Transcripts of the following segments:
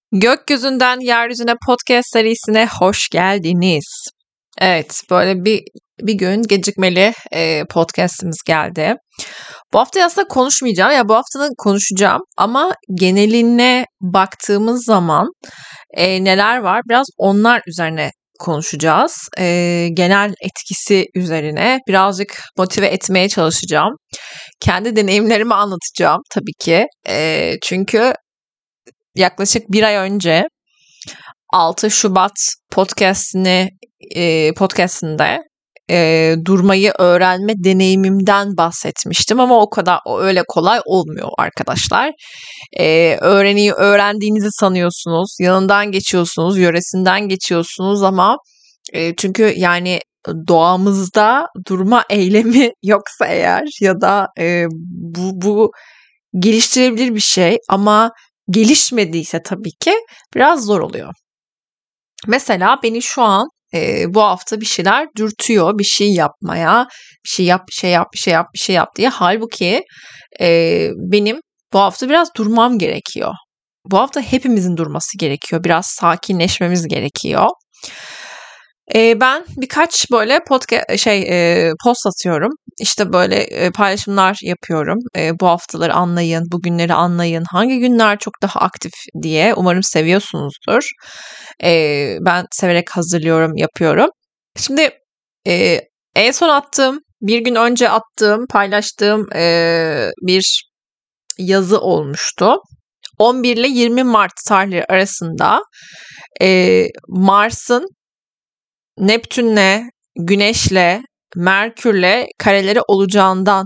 Gökyüzünden Yeryüzüne podcast serisine hoş geldiniz. Evet, böyle bir gün gecikmeli podcastimiz geldi. Bu hafta aslında konuşmayacağım. Ya bu haftanın konuşacağım ama geneline baktığımız zaman neler var? Biraz onlar üzerine konuşacağız. Genel etkisi üzerine birazcık motive etmeye çalışacağım. Kendi deneyimlerimi anlatacağım tabii ki. Çünkü yaklaşık bir ay önce 6 Şubat podcastinde durmayı öğrenme deneyimimden bahsetmiştim ama o öyle kolay olmuyor arkadaşlar. Öğrendiğinizi sanıyorsunuz, yanından geçiyorsunuz, yöresinden geçiyorsunuz ama çünkü yani doğamızda durma eylemi yoksa eğer ya da bu geliştirebilir bir şey ama gelişmediyse tabii ki biraz zor oluyor. Mesela beni şu an bu hafta bir şeyler dürtüyor, bir şey yapmaya, bir şey yap diye. Halbuki benim bu hafta biraz durmam gerekiyor. Bu hafta hepimizin durması gerekiyor. Biraz sakinleşmemiz gerekiyor. Ben birkaç böyle post atıyorum. İşte böyle paylaşımlar yapıyorum. Bu haftaları anlayın, bugünleri anlayın. Hangi günler çok daha aktif diye. Umarım seviyorsunuzdur. Ben severek hazırlıyorum, yapıyorum. Şimdi en son bir gün önce paylaştığım bir yazı olmuştu. 11 ile 20 Mart tarihleri arasında Mars'ın Neptün'le, Güneş'le, Merkür'le kareleri olacağından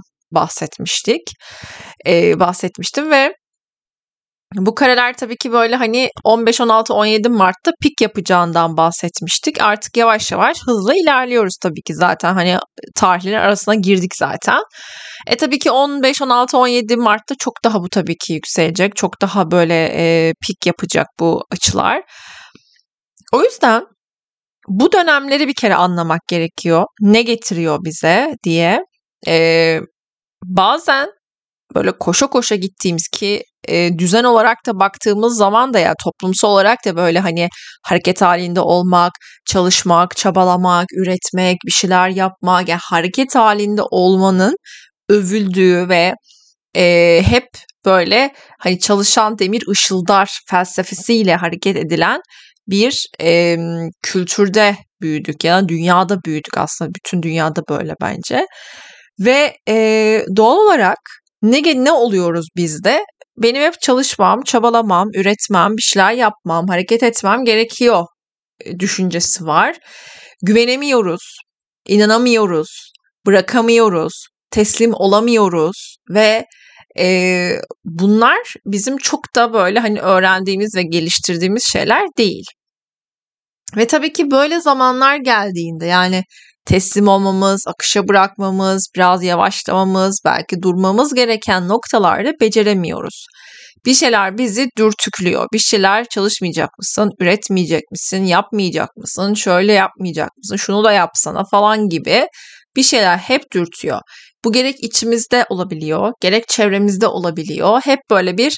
bahsetmiştim ve bu kareler tabii ki böyle hani 15, 16, 17 Mart'ta pik yapacağından bahsetmiştik. Artık yavaş yavaş hızla ilerliyoruz tabii ki zaten hani tarihlerin arasına girdik zaten. Tabii ki 15, 16, 17 Mart'ta çok daha bu tabii ki yükselecek. Çok daha böyle pik yapacak bu açılar. O yüzden bu dönemleri bir kere anlamak gerekiyor. Ne getiriyor bize diye. Bazen böyle koşa koşa gittiğimiz ki düzen olarak da baktığımız zaman da ya toplumsal olarak da böyle hani hareket halinde olmak, çalışmak, çabalamak, üretmek, bir şeyler yapmak, yani hareket halinde olmanın övüldüğü ve hep böyle hani çalışan demir ışıldar felsefesiyle hareket edilen bir kültürde büyüdük ya da dünyada büyüdük aslında bütün dünyada böyle bence ve doğal olarak ne oluyoruz biz de? Benim hep çalışmam, çabalamam, üretmem, bir şeyler yapmam, hareket etmem gerekiyor düşüncesi var. Güvenemiyoruz, inanamıyoruz, bırakamıyoruz, teslim olamıyoruz ve bunlar bizim çok da böyle hani öğrendiğimiz ve geliştirdiğimiz şeyler değil. Ve tabii ki böyle zamanlar geldiğinde yani teslim olmamız, akışa bırakmamız, biraz yavaşlamamız, belki durmamız gereken noktalarda beceremiyoruz. Bir şeyler bizi dürtüklüyor. Bir şeyler çalışmayacak mısın, üretmeyecek misin, yapmayacak mısın, şöyle yapmayacak mısın, şunu da yapsana falan gibi bir şeyler hep dürtüyor. Bu gerek içimizde olabiliyor, gerek çevremizde olabiliyor. Hep böyle bir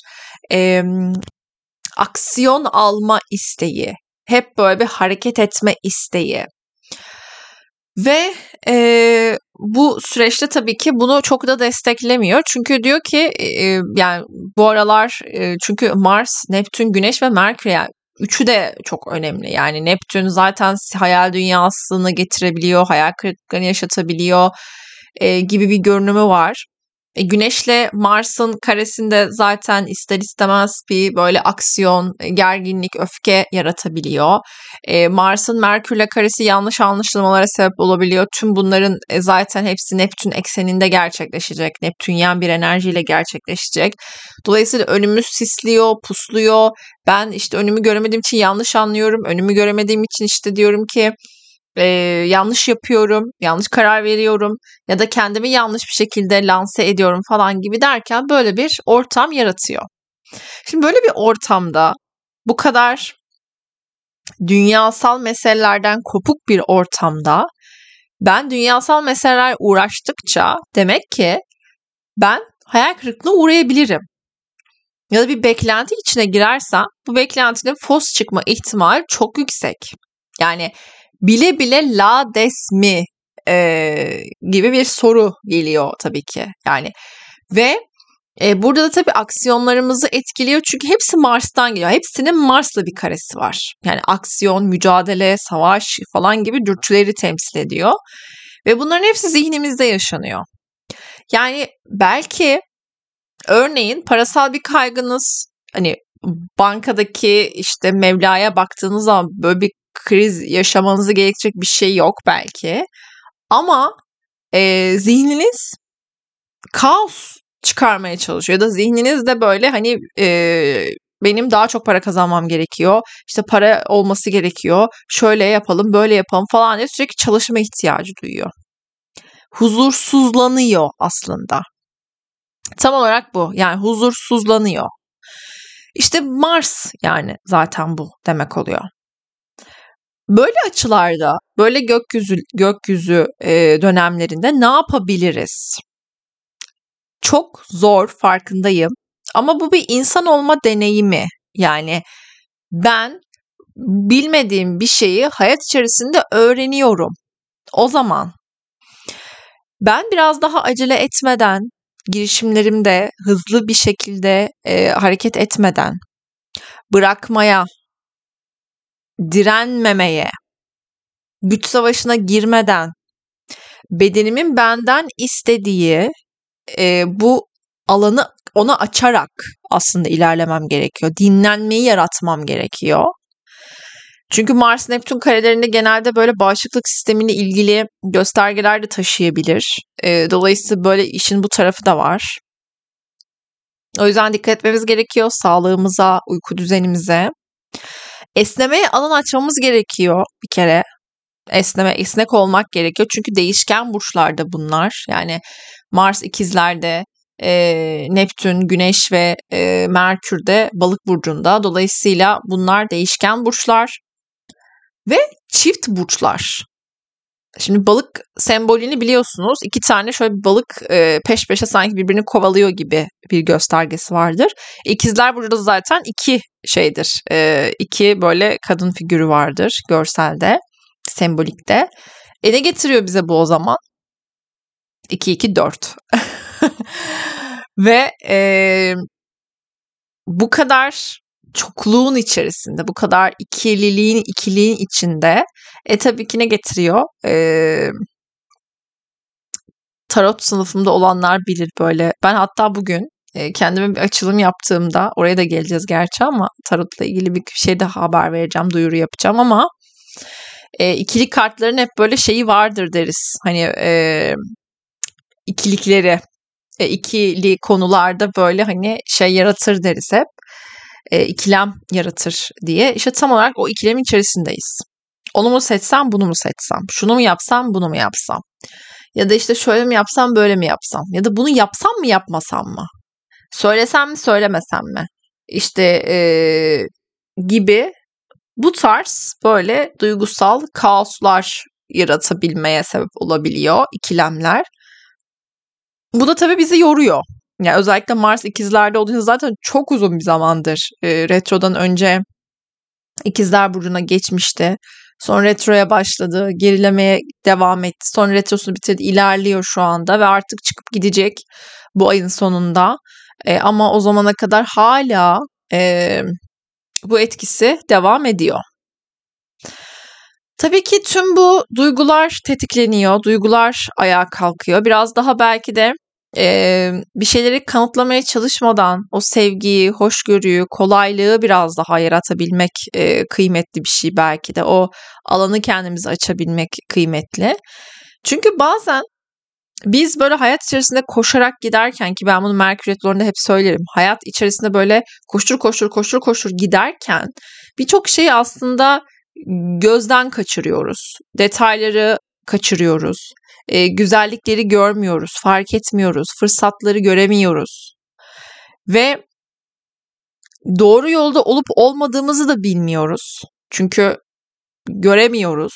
aksiyon alma isteği, hep böyle bir hareket etme isteği. Ve bu süreçte tabii ki bunu çok da desteklemiyor. Çünkü diyor ki yani bu aralar çünkü Mars, Neptün, Güneş ve Merkür yani üçü de çok önemli. Yani Neptün zaten hayal dünyasını getirebiliyor, hayal kırıklıklarını yaşatabiliyor gibi bir görünümü var. Güneş'le Mars'ın karesinde zaten ister istemez bir böyle aksiyon, gerginlik, öfke yaratabiliyor. Mars'ın Merkür'le karesi yanlış anlaşılmalara sebep olabiliyor. Tüm bunların zaten hepsi Neptün ekseninde gerçekleşecek. Neptünyen bir enerjiyle gerçekleşecek. Dolayısıyla önümüz sisliyor, pusluyor. Ben işte önümü göremediğim için yanlış anlıyorum. Önümü göremediğim için işte diyorum ki yanlış yapıyorum, yanlış karar veriyorum ya da kendimi yanlış bir şekilde lanse ediyorum falan gibi derken böyle bir ortam yaratıyor. Şimdi böyle bir ortamda bu kadar dünyasal meselelerden kopuk bir ortamda ben dünyasal meseleler uğraştıkça demek ki ben hayal kırıklığına uğrayabilirim. ya da bir beklenti içine girersen bu beklentinin fos çıkma ihtimali çok yüksek. Yani bile bile lades mi gibi bir soru geliyor tabii ki. Yani ve burada da tabii aksiyonlarımızı etkiliyor çünkü hepsi Mars'tan geliyor. Hepsinin Mars'la bir karesi var. Yani aksiyon, mücadele, savaş falan gibi dürtüleri temsil ediyor. Ve bunların hepsi zihnimizde yaşanıyor. Yani belki örneğin parasal bir kaygınız, hani bankadaki işte mevlaya baktığınız zaman böyle bir kriz yaşamanızı gerektirecek bir şey yok belki. Ama zihniniz kaos çıkarmaya çalışıyor. Ya da zihninizde böyle hani benim daha çok para kazanmam gerekiyor. İşte para olması gerekiyor. Şöyle yapalım, böyle yapalım falan diye sürekli çalışma ihtiyacı duyuyor. Huzursuzlanıyor aslında. Tam olarak bu. Yani huzursuzlanıyor. İşte Mars yani zaten bu demek oluyor. Böyle açılarda, böyle gökyüzü dönemlerinde ne yapabiliriz? Çok zor, farkındayım. Ama bu bir insan olma deneyimi. Yani ben bilmediğim bir şeyi hayat içerisinde öğreniyorum. O zaman ben biraz daha acele etmeden, girişimlerimde hızlı bir şekilde hareket etmeden, bırakmaya, direnmemeye, güç savaşına girmeden, bedenimin benden istediği bu alanı ona açarak aslında ilerlemem gerekiyor. Dinlenmeyi yaratmam gerekiyor. Çünkü Mars Neptün karelerinde genelde böyle bağışıklık sistemiyle ilgili göstergeler de taşıyabilir. Dolayısıyla böyle işin bu tarafı da var. O yüzden dikkat etmemiz gerekiyor sağlığımıza, uyku düzenimize. Esnemeye alan açmamız gerekiyor bir kere. Esnek olmak gerekiyor. Çünkü değişken burçlarda bunlar. Yani Mars ikizlerde, Neptün, Güneş ve Merkür de Balık burcunda. Dolayısıyla bunlar değişken burçlar ve çift burçlar. Şimdi balık sembolünü biliyorsunuz. 2 tane şöyle bir balık peş peşe sanki birbirini kovalıyor gibi bir göstergesi vardır. İkizler burcu da zaten 2 şeydir. 2 böyle kadın figürü vardır görselde, sembolikte. Ne getiriyor bize bu o zaman? 2, 2, 4. Ve bu kadar çokluğun içerisinde, bu kadar ikiliğin içinde tabii ki ne getiriyor? Tarot sınıfımda olanlar bilir böyle. Ben hatta bugün kendime bir açılım yaptığımda, oraya da geleceğiz gerçi ama tarotla ilgili bir şey de haber vereceğim, duyuru yapacağım ama ikili kartların hep böyle şeyi vardır deriz. Hani ikilikleri, ikili konularda böyle hani şey yaratır deriz hep. İkilem yaratır diye. İşte tam olarak o ikilemin içerisindeyiz. Onu mu seçsem, bunu mu seçsem? Şunu mu yapsam, bunu mu yapsam? Ya da işte şöyle mi yapsam, böyle mi yapsam? Ya da bunu yapsam mı, yapmasam mı? Söylesem mi, söylemesem mi? İşte gibi bu tarz böyle duygusal kaoslar yaratabilmeye sebep olabiliyor ikilemler. Bu da tabii bizi yoruyor. Yani özellikle Mars ikizlerde olduğunda zaten çok uzun bir zamandır retrodan önce ikizler burcuna geçmişti. Sonra retroya başladı, gerilemeye devam etti. Sonra retrosunu bitirdi, ilerliyor şu anda ve artık çıkıp gidecek bu ayın sonunda. Ama o zamana kadar hala bu etkisi devam ediyor. Tabii ki tüm bu duygular tetikleniyor, duygular ayağa kalkıyor. Biraz daha belki de bir şeyleri kanıtlamaya çalışmadan o sevgiyi, hoşgörüyü, kolaylığı biraz daha yaratabilmek kıymetli bir şey belki de. O alanı kendimize açabilmek kıymetli. Çünkü bazen biz böyle hayat içerisinde koşarak giderken, ki ben bunu Merkür Retrolarında hep söylerim. Hayat içerisinde böyle koştur giderken birçok şeyi aslında gözden kaçırıyoruz. Detayları kaçırıyoruz. Güzellikleri görmüyoruz, fark etmiyoruz, fırsatları göremiyoruz. Ve doğru yolda olup olmadığımızı da bilmiyoruz. Çünkü göremiyoruz.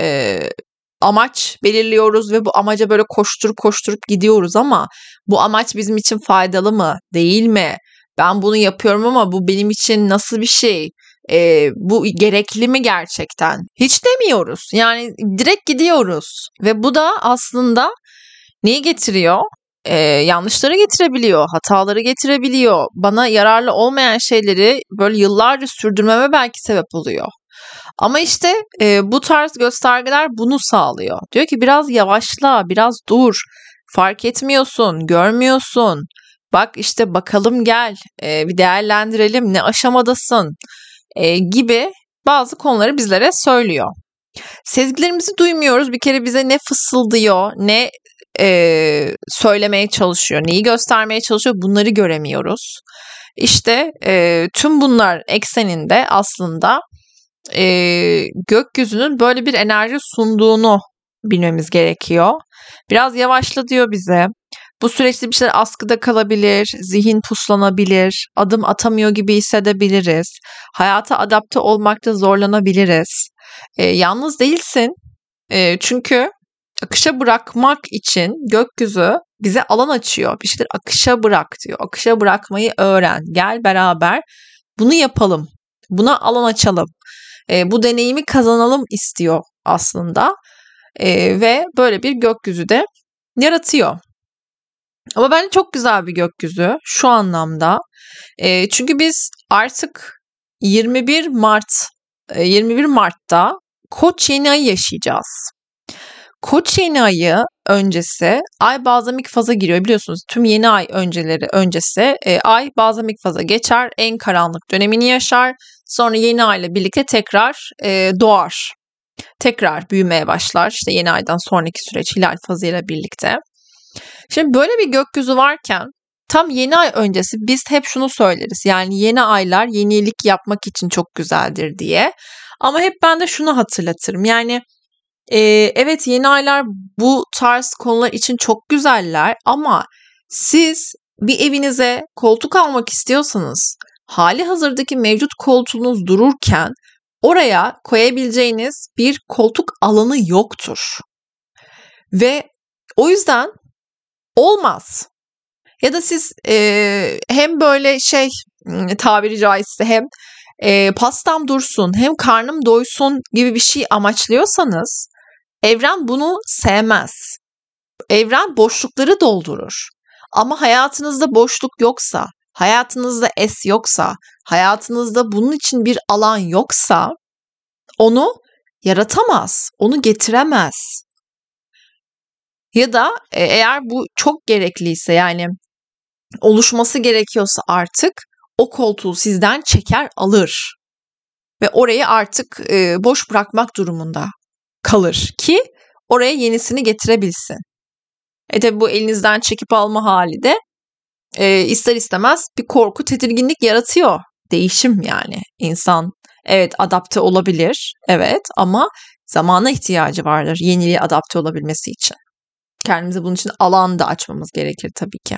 Amaç belirliyoruz ve bu amaca böyle koşturup gidiyoruz ama bu amaç bizim için faydalı mı, değil mi? Ben bunu yapıyorum ama bu benim için nasıl bir şey? Bu gerekli mi gerçekten? Hiç demiyoruz. Yani direkt gidiyoruz. Ve bu da aslında neyi getiriyor? Yanlışları getirebiliyor, hataları getirebiliyor. Bana yararlı olmayan şeyleri böyle yıllarca sürdürmeme belki sebep oluyor. Ama işte bu tarz göstergeler bunu sağlıyor. Diyor ki biraz yavaşla, biraz dur. Fark etmiyorsun, görmüyorsun. Bak işte bakalım gel, bir değerlendirelim ne aşamadasın gibi bazı konuları bizlere söylüyor. Sezgilerimizi duymuyoruz. Bir kere bize ne fısıldıyor, ne söylemeye çalışıyor, neyi göstermeye çalışıyor bunları göremiyoruz. İşte tüm bunlar ekseninde aslında gökyüzünün böyle bir enerji sunduğunu bilmemiz gerekiyor. Biraz yavaşla diyor bize. Bu süreçte bir şeyler askıda kalabilir, zihin puslanabilir, adım atamıyor gibi hissedebiliriz. Hayata adapte olmakta zorlanabiliriz. Yalnız değilsin. Çünkü akışa bırakmak için gökyüzü bize alan açıyor. Bir şeyler akışa bırak diyor. Akışa bırakmayı öğren. Gel beraber bunu yapalım. Buna alan açalım. Bu deneyimi kazanalım istiyor aslında. Ve böyle bir gökyüzü de yaratıyor. Ama bence çok güzel bir gökyüzü şu anlamda. Çünkü biz artık 21 Mart'ta Koç yeni ayı yaşayacağız. Koç yeni ayı öncesi ay bazamik faza giriyor biliyorsunuz. Tüm yeni ay öncesi ay bazamik faza geçer. En karanlık dönemini yaşar. Sonra yeni ay ile birlikte tekrar doğar. Tekrar büyümeye başlar. İşte yeni aydan sonraki süreç hilal fazıyla birlikte. Şimdi böyle bir gökyüzü varken tam yeni ay öncesi biz hep şunu söyleriz. Yani yeni aylar yenilik yapmak için çok güzeldir diye. Ama hep ben de şunu hatırlatırım. Yani evet yeni aylar bu tarz konular için çok güzeller ama siz bir evinize koltuk almak istiyorsanız hali hazırdaki mevcut koltuğunuz dururken oraya koyabileceğiniz bir koltuk alanı yoktur. Ve o yüzden olmaz. Ya da siz hem böyle tabiri caizse hem pastam dursun hem karnım doysun gibi bir şey amaçlıyorsanız evren bunu sevmez. Evren boşlukları doldurur. Ama hayatınızda boşluk yoksa, hayatınızda es yoksa, hayatınızda bunun için bir alan yoksa onu yaratamaz, onu getiremez. Ya da eğer bu çok gerekliyse yani oluşması gerekiyorsa artık o koltuğu sizden çeker alır. Ve orayı artık boş bırakmak durumunda kalır ki oraya yenisini getirebilsin. Tabi bu elinizden çekip alma hali de ister istemez bir korku, tedirginlik yaratıyor. Değişim yani. İnsan evet adapte olabilir, evet ama zamana ihtiyacı vardır yeniliğe adapte olabilmesi için. Kendimize bunun için alan da açmamız gerekir tabii ki.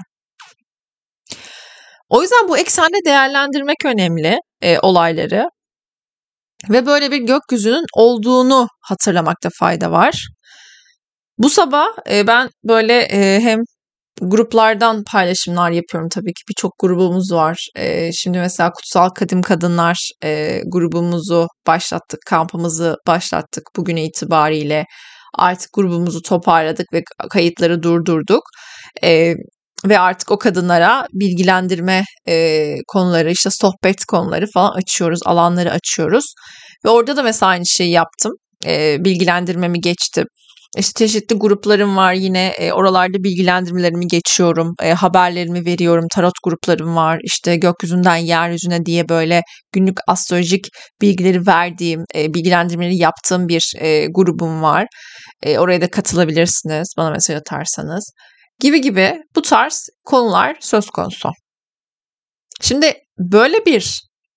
O yüzden bu eksende değerlendirmek önemli olayları. Ve böyle bir gökyüzünün olduğunu hatırlamakta fayda var. Bu sabah ben böyle hem gruplardan paylaşımlar yapıyorum tabii ki. Birçok grubumuz var. Şimdi mesela Kutsal Kadim Kadınlar grubumuzu başlattık, kampımızı başlattık bugün itibariyle. Artık grubumuzu toparladık ve kayıtları durdurduk. Ve artık o kadınlara bilgilendirme konuları, işte sohbet konuları falan açıyoruz, alanları açıyoruz. Ve orada da mesela aynı şeyi yaptım. Bilgilendirmemi geçtim. İşte çeşitli gruplarım var yine oralarda bilgilendirmelerimi geçiyorum, haberlerimi veriyorum, tarot gruplarım var. İşte gökyüzünden yeryüzüne diye böyle günlük astrolojik bilgileri verdiğim, bilgilendirmeleri yaptığım bir grubum var. Oraya da katılabilirsiniz bana mesaj atarsanız. Gibi bu tarz konular söz konusu. Şimdi böyle bir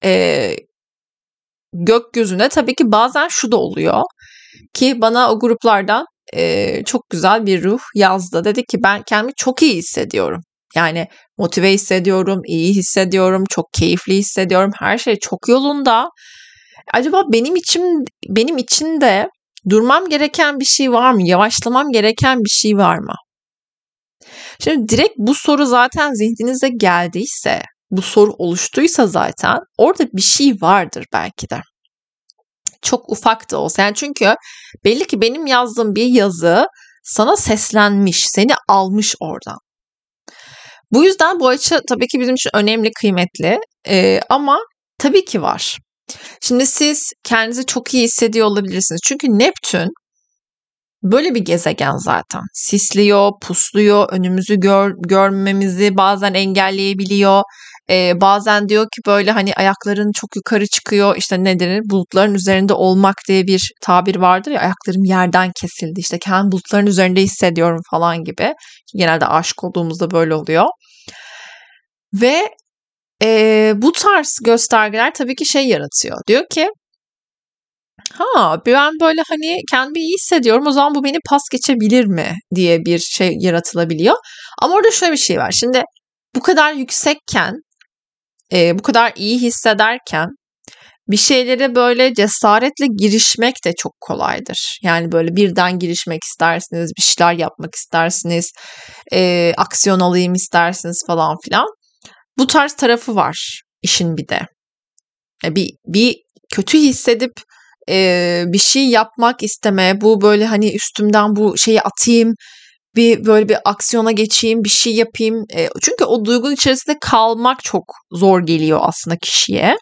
gökyüzüne tabii ki bazen şu da oluyor ki bana o gruplardan çok güzel bir ruh yazdı. Dedi ki ben kendimi çok iyi hissediyorum. Yani motive hissediyorum, iyi hissediyorum, çok keyifli hissediyorum. Her şey çok yolunda. Acaba benim için de durmam gereken bir şey var mı? Yavaşlamam gereken bir şey var mı? Şimdi direkt bu soru zaten zihninize geldiyse bu soru oluştuysa zaten orada bir şey vardır belki de. Çok ufak da olsa. Yani çünkü belli ki benim yazdığım bir yazı sana seslenmiş, seni almış oradan. Bu yüzden bu açı tabii ki bizim için önemli, kıymetli. Ama tabii ki var. Şimdi siz kendinizi çok iyi hissediyor olabilirsiniz. Çünkü Neptün böyle bir gezegen zaten. Sisliyor, pusluyor, önümüzü görmemizi bazen engelleyebiliyor. Bazen diyor ki böyle hani ayakların çok yukarı çıkıyor. İşte ne denir? Bulutların üzerinde olmak diye bir tabir vardır ya. Ayaklarım yerden kesildi. İşte kendimi bulutların üzerinde hissediyorum falan gibi. Genelde aşık olduğumuzda böyle oluyor. Ve bu tarz göstergeler tabii ki şey yaratıyor. Diyor ki ben böyle hani kendimi iyi hissediyorum, o zaman bu beni pas geçebilir mi diye bir şey yaratılabiliyor. Ama orada şöyle bir şey var. Şimdi bu kadar yüksekken, bu kadar iyi hissederken bir şeylere böyle cesaretle girişmek de çok kolaydır. Yani böyle birden girişmek istersiniz, bir şeyler yapmak istersiniz, aksiyon alayım istersiniz falan filan. Bu tarz tarafı var işin bir de. Bir kötü hissedip bir şey yapmak isteme, bu böyle hani üstümden bu şeyi atayım, bir böyle bir aksiyona geçeyim, bir şey yapayım. Çünkü o duygunun içerisinde kalmak çok zor geliyor aslında kişiye.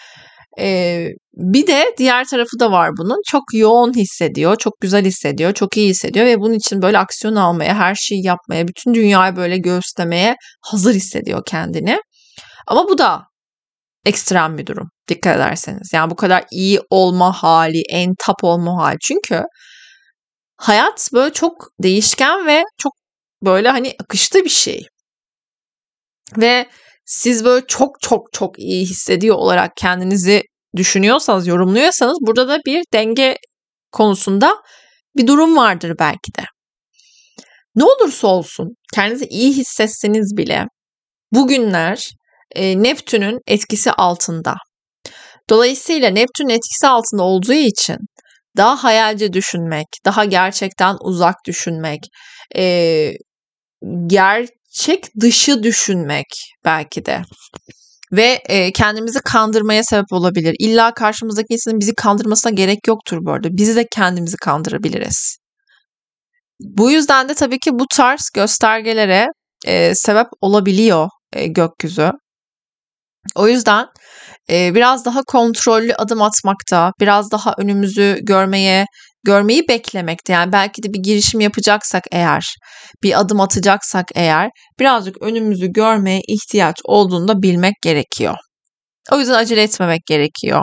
Bir de diğer tarafı da var bunun. Çok yoğun hissediyor, çok güzel hissediyor, çok iyi hissediyor ve bunun için böyle aksiyon almaya, her şeyi yapmaya, bütün dünyayı böyle göğüslemeye hazır hissediyor kendini. Ama bu da ekstrem bir durum, dikkat ederseniz. Yani bu kadar iyi olma hali, en top olma hali. Çünkü hayat böyle çok değişken ve çok böyle hani akışta bir şey. Ve siz böyle çok çok çok iyi hissediyor olarak kendinizi düşünüyorsanız, yorumluyorsanız burada da bir denge konusunda bir durum vardır belki de. Ne olursa olsun kendinizi iyi hissetseniz bile bugünler Neptün'ün etkisi altında. Dolayısıyla Neptün'ün etkisi altında olduğu için daha hayalci düşünmek, daha gerçekten uzak düşünmek, gerçek dışı düşünmek belki de. Ve kendimizi kandırmaya sebep olabilir. İlla karşımızdaki insanın bizi kandırmasına gerek yoktur bu arada. Biz de kendimizi kandırabiliriz. Bu yüzden de tabii ki bu tarz göstergelere sebep olabiliyor gökyüzü. O yüzden biraz daha kontrollü adım atmakta, biraz daha önümüzü görmeyi beklemekte. Yani belki de bir girişim yapacaksak eğer, bir adım atacaksak eğer, birazcık önümüzü görmeye ihtiyaç olduğunu da bilmek gerekiyor. O yüzden acele etmemek gerekiyor.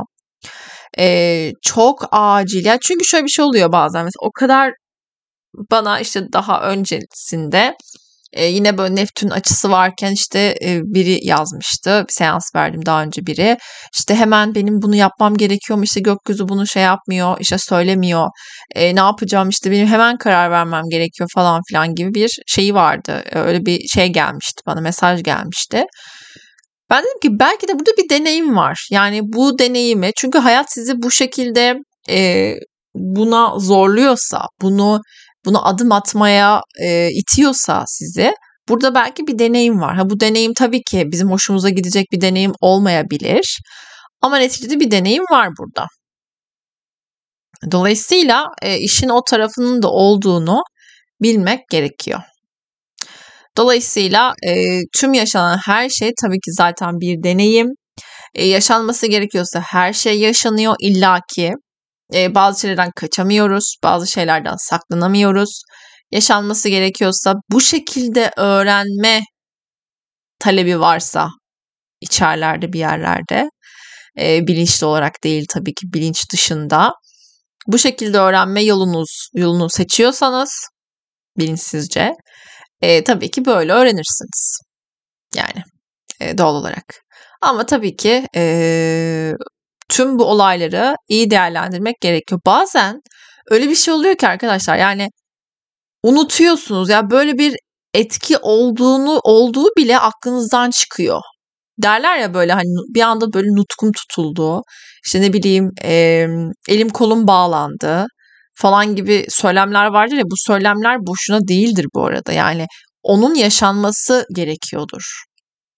Çok acil. Yani çünkü şöyle bir şey oluyor bazen. Mesela o kadar bana işte daha öncesinde yine böyle Neptün açısı varken işte biri yazmıştı. Bir seans verdim daha önce biri. İşte hemen benim bunu yapmam gerekiyor mu? İşte gökyüzü bunu şey yapmıyor, işte söylemiyor. Ne yapacağım, işte benim hemen karar vermem gerekiyor falan filan gibi bir şeyi vardı. Öyle bir şey gelmişti bana, mesaj gelmişti. Ben dedim ki belki de burada bir deneyim var. Yani bu deneyimi, çünkü hayat sizi bu şekilde buna zorluyorsa, buna adım atmaya itiyorsa sizi, burada belki bir deneyim var. Bu deneyim tabii ki bizim hoşumuza gidecek bir deneyim olmayabilir. Ama neticede bir deneyim var burada. Dolayısıyla işin o tarafının da olduğunu bilmek gerekiyor. Dolayısıyla tüm yaşanan her şey tabii ki zaten bir deneyim. Yaşanması gerekiyorsa her şey yaşanıyor illaki. Bazı şeylerden kaçamıyoruz, bazı şeylerden saklanamıyoruz. Yaşanması gerekiyorsa bu şekilde öğrenme talebi varsa içerlerde bir yerlerde, bilinçli olarak değil tabii ki, bilinç dışında. Bu şekilde öğrenme yolunu seçiyorsanız bilinçsizce tabii ki böyle öğrenirsiniz. Yani doğal olarak. Ama tabii ki tüm bu olayları iyi değerlendirmek gerekiyor. Bazen öyle bir şey oluyor ki arkadaşlar, yani unutuyorsunuz ya, böyle bir etki olduğu bile aklınızdan çıkıyor. Derler ya böyle hani bir anda böyle nutkum tutuldu. İşte ne bileyim elim kolum bağlandı falan gibi söylemler vardır ya, bu söylemler boşuna değildir bu arada. Yani onun yaşanması gerekiyordur.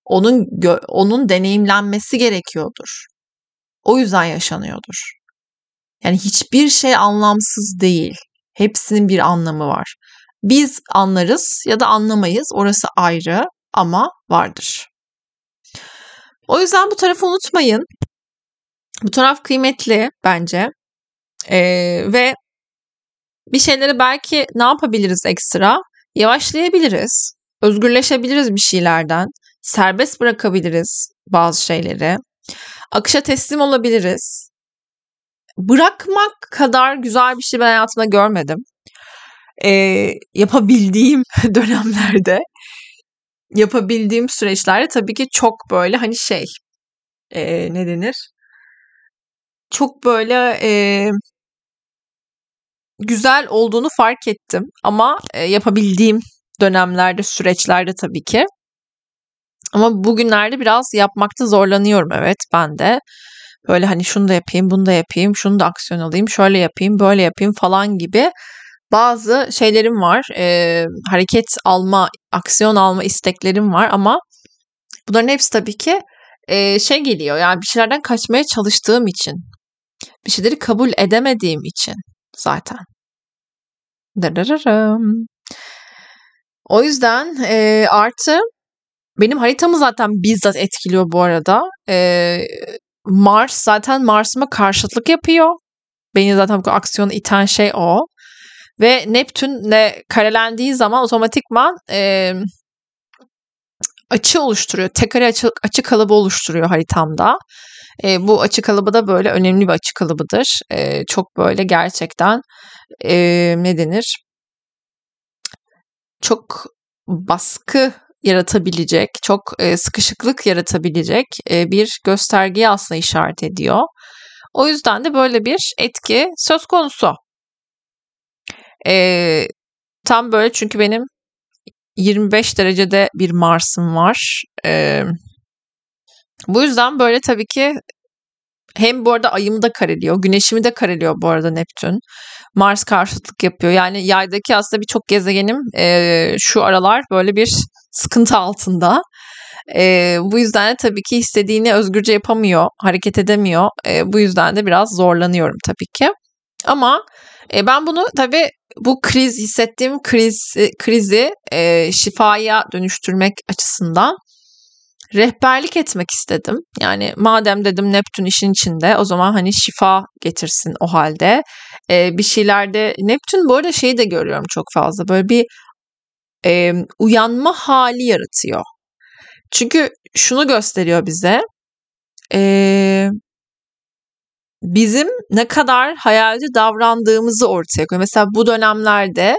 onun deneyimlenmesi gerekiyordur. O yüzden yaşanıyordur. Yani hiçbir şey anlamsız değil. Hepsinin bir anlamı var. Biz anlarız ya da anlamayız. Orası ayrı ama vardır. O yüzden bu tarafı unutmayın. Bu taraf kıymetli bence. Ve bir şeyleri belki ne yapabiliriz ekstra? Yavaşlayabiliriz. Özgürleşebiliriz bir şeylerden. Serbest bırakabiliriz bazı şeyleri. Akışa teslim olabiliriz. Bırakmak kadar güzel bir şey ben hayatımda görmedim. Yapabildiğim dönemlerde, yapabildiğim süreçlerde tabii ki çok böyle hani ne denir? Çok böyle güzel olduğunu fark ettim. Ama yapabildiğim dönemlerde, süreçlerde tabii ki. Ama bugünlerde biraz yapmakta zorlanıyorum, evet, ben de. Böyle hani şunu da yapayım, bunu da yapayım, şunu da aksiyon alayım, şöyle yapayım, böyle yapayım falan gibi bazı şeylerim var. Hareket alma, aksiyon alma isteklerim var ama bunların hepsi tabii ki geliyor. Yani bir şeylerden kaçmaya çalıştığım için, bir şeyleri kabul edemediğim için zaten. Darararım. O yüzden artı benim haritamı zaten bizzat etkiliyor bu arada. Mars zaten Mars'ıma karşıtlık yapıyor. Beni zaten bu aksiyona iten şey o. Ve Neptün'le karelendiği zaman otomatikman açı oluşturuyor. Tekare açı kalıbı oluşturuyor haritamda. Bu açı kalıbı da böyle önemli bir açı kalıbıdır. Çok böyle gerçekten ne denir? Çok baskı yaratabilecek, çok sıkışıklık yaratabilecek bir göstergeye aslında işaret ediyor. O yüzden de böyle bir etki söz konusu. Tam böyle çünkü benim 25 derecede bir Mars'ım var. Bu yüzden böyle tabii ki hem bu arada ayımı da kareliyor, güneşimi de kareliyor bu arada Neptün. Mars karşıtlık yapıyor. Yani yaydaki aslında birçok gezegenim şu aralar böyle bir sıkıntı altında. Bu yüzden de tabii ki istediğini özgürce yapamıyor, hareket edemiyor. Bu yüzden de biraz zorlanıyorum tabii ki. Ama ben bunu tabii bu hissettiğim krizi şifaya dönüştürmek açısından rehberlik etmek istedim. Yani madem dedim Neptün işin içinde, o zaman hani şifa getirsin o halde. Bir şeylerde Neptün bu arada şeyi de görüyorum çok fazla. Böyle bir uyanma hali yaratıyor. Çünkü şunu gösteriyor bize. Bizim ne kadar hayalci davrandığımızı ortaya koyuyor. Mesela bu dönemlerde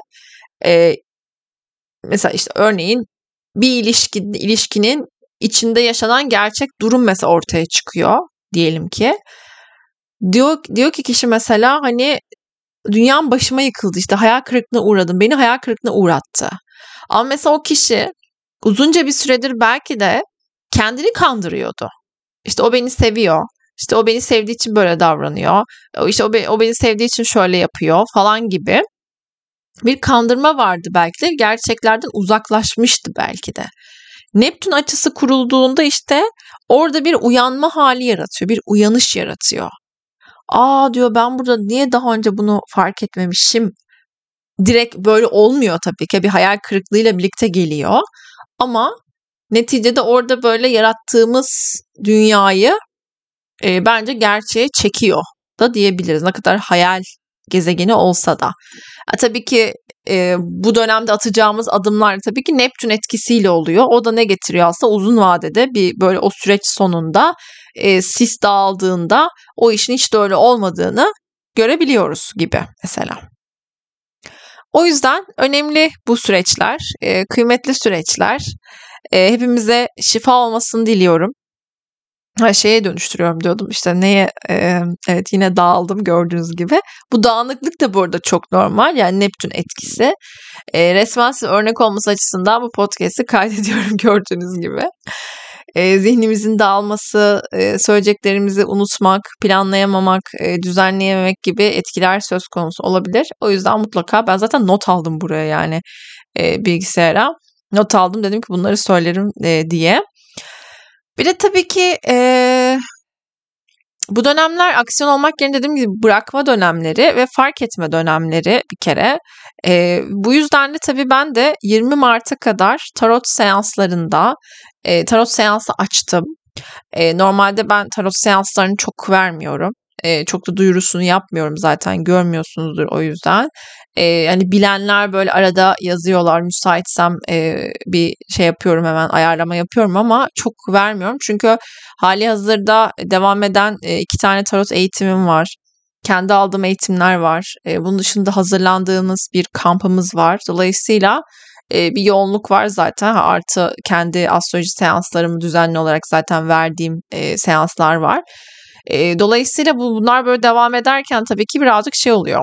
mesela işte örneğin bir ilişkinin içinde yaşanan gerçek durum mesela ortaya çıkıyor diyelim ki. Diyor ki kişi mesela hani dünyam başıma yıkıldı, işte hayal kırıklığına uğradım. Beni hayal kırıklığına uğrattı. Ama mesela o kişi uzunca bir süredir belki de kendini kandırıyordu. İşte o beni seviyor. İşte o beni sevdiği için böyle davranıyor. İşte o beni sevdiği için şöyle yapıyor falan gibi. Bir kandırma vardı belki de. Gerçeklerden uzaklaşmıştı belki de. Neptün açısı kurulduğunda işte orada bir uyanma hali yaratıyor. Bir uyanış yaratıyor. Aa diyor, ben burada niye daha önce bunu fark etmemişim? Direkt böyle olmuyor tabii ki. Bir hayal kırıklığıyla birlikte geliyor. Ama neticede orada böyle yarattığımız dünyayı bence gerçeğe çekiyor da diyebiliriz. Ne kadar hayal gezegeni olsa da. Tabii ki bu dönemde atacağımız adımlar tabii ki Neptün etkisiyle oluyor. O da ne getiriyor aslında uzun vadede bir böyle o süreç sonunda sis dağıldığında o işin hiç de öyle olmadığını görebiliyoruz gibi mesela. O yüzden önemli bu süreçler, kıymetli süreçler. Hepimize şifa olmasını diliyorum. Şeye dönüştürüyorum diyordum işte neye evet yine dağıldım gördüğünüz gibi. Bu dağınıklık da bu arada çok normal, yani Neptün etkisi. Resmen size örnek olması açısından bu podcast'i kaydediyorum gördüğünüz gibi. Zihnimizin dağılması, söyleyeceklerimizi unutmak, planlayamamak, düzenleyememek gibi etkiler söz konusu olabilir. O yüzden mutlaka ben zaten not aldım buraya, yani bilgisayara. Not aldım, dedim ki bunları söylerim diye. Bir de tabii ki bu dönemler aksiyon olmak yerine dediğim gibi bırakma dönemleri ve fark etme dönemleri bir kere. Bu yüzden de tabii ben de 20 Mart'a kadar tarot seanslarında tarot seansı açtım. Normalde ben tarot seanslarını çok vermiyorum. Çok da duyurusunu yapmıyorum zaten görmüyorsunuzdur o yüzden. Hani bilenler böyle arada yazıyorlar müsaitsem bir şey yapıyorum hemen ayarlama yapıyorum ama çok vermiyorum. Çünkü hali hazırda devam eden 2 tane tarot eğitimim var. Kendi aldığım eğitimler var. Bunun dışında hazırlandığımız bir kampımız var. Dolayısıyla bir yoğunluk var zaten. Artı kendi astroloji seanslarımı düzenli olarak zaten verdiğim seanslar var. Dolayısıyla bunlar böyle devam ederken tabii ki birazcık şey oluyor.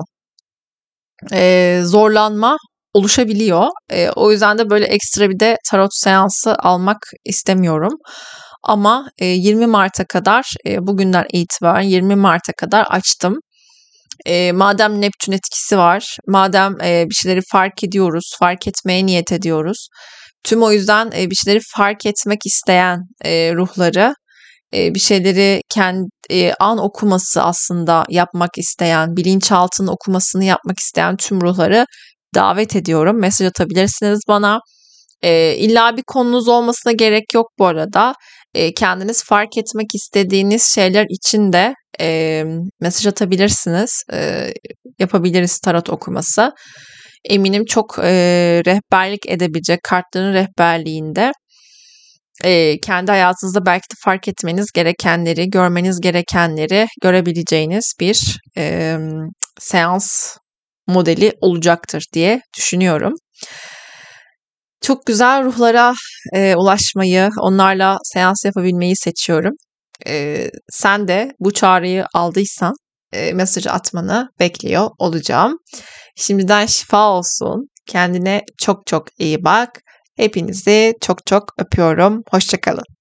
Zorlanma oluşabiliyor. O yüzden de böyle ekstra bir de tarot seansı almak istemiyorum. Ama 20 Mart'a kadar bugünden itibaren 20 Mart'a kadar açtım. Madem Neptün etkisi var, madem bir şeyleri fark ediyoruz, fark etmeye niyet ediyoruz. Tüm o yüzden bir şeyleri fark etmek isteyen ruhları, bir şeyleri kendi an okuması aslında yapmak isteyen, bilinçaltının okumasını yapmak isteyen tüm ruhları davet ediyorum. Mesaj atabilirsiniz bana. İlla bir konunuz olmasına gerek yok bu arada. Kendiniz fark etmek istediğiniz şeyler için de mesaj atabilirsiniz. Yapabiliriz tarot okuması. Eminim çok rehberlik edebilecek kartların rehberliğinde kendi hayatınızda belki de fark etmeniz gerekenleri, görmeniz gerekenleri görebileceğiniz bir seans modeli olacaktır diye düşünüyorum. Çok güzel ruhlara ulaşmayı, onlarla seans yapabilmeyi seçiyorum. Sen de bu çağrıyı aldıysan mesaj atmanı bekliyor olacağım. Şimdiden şifa olsun. Kendine çok çok iyi bak. Hepinizi çok çok öpüyorum. Hoşça kalın.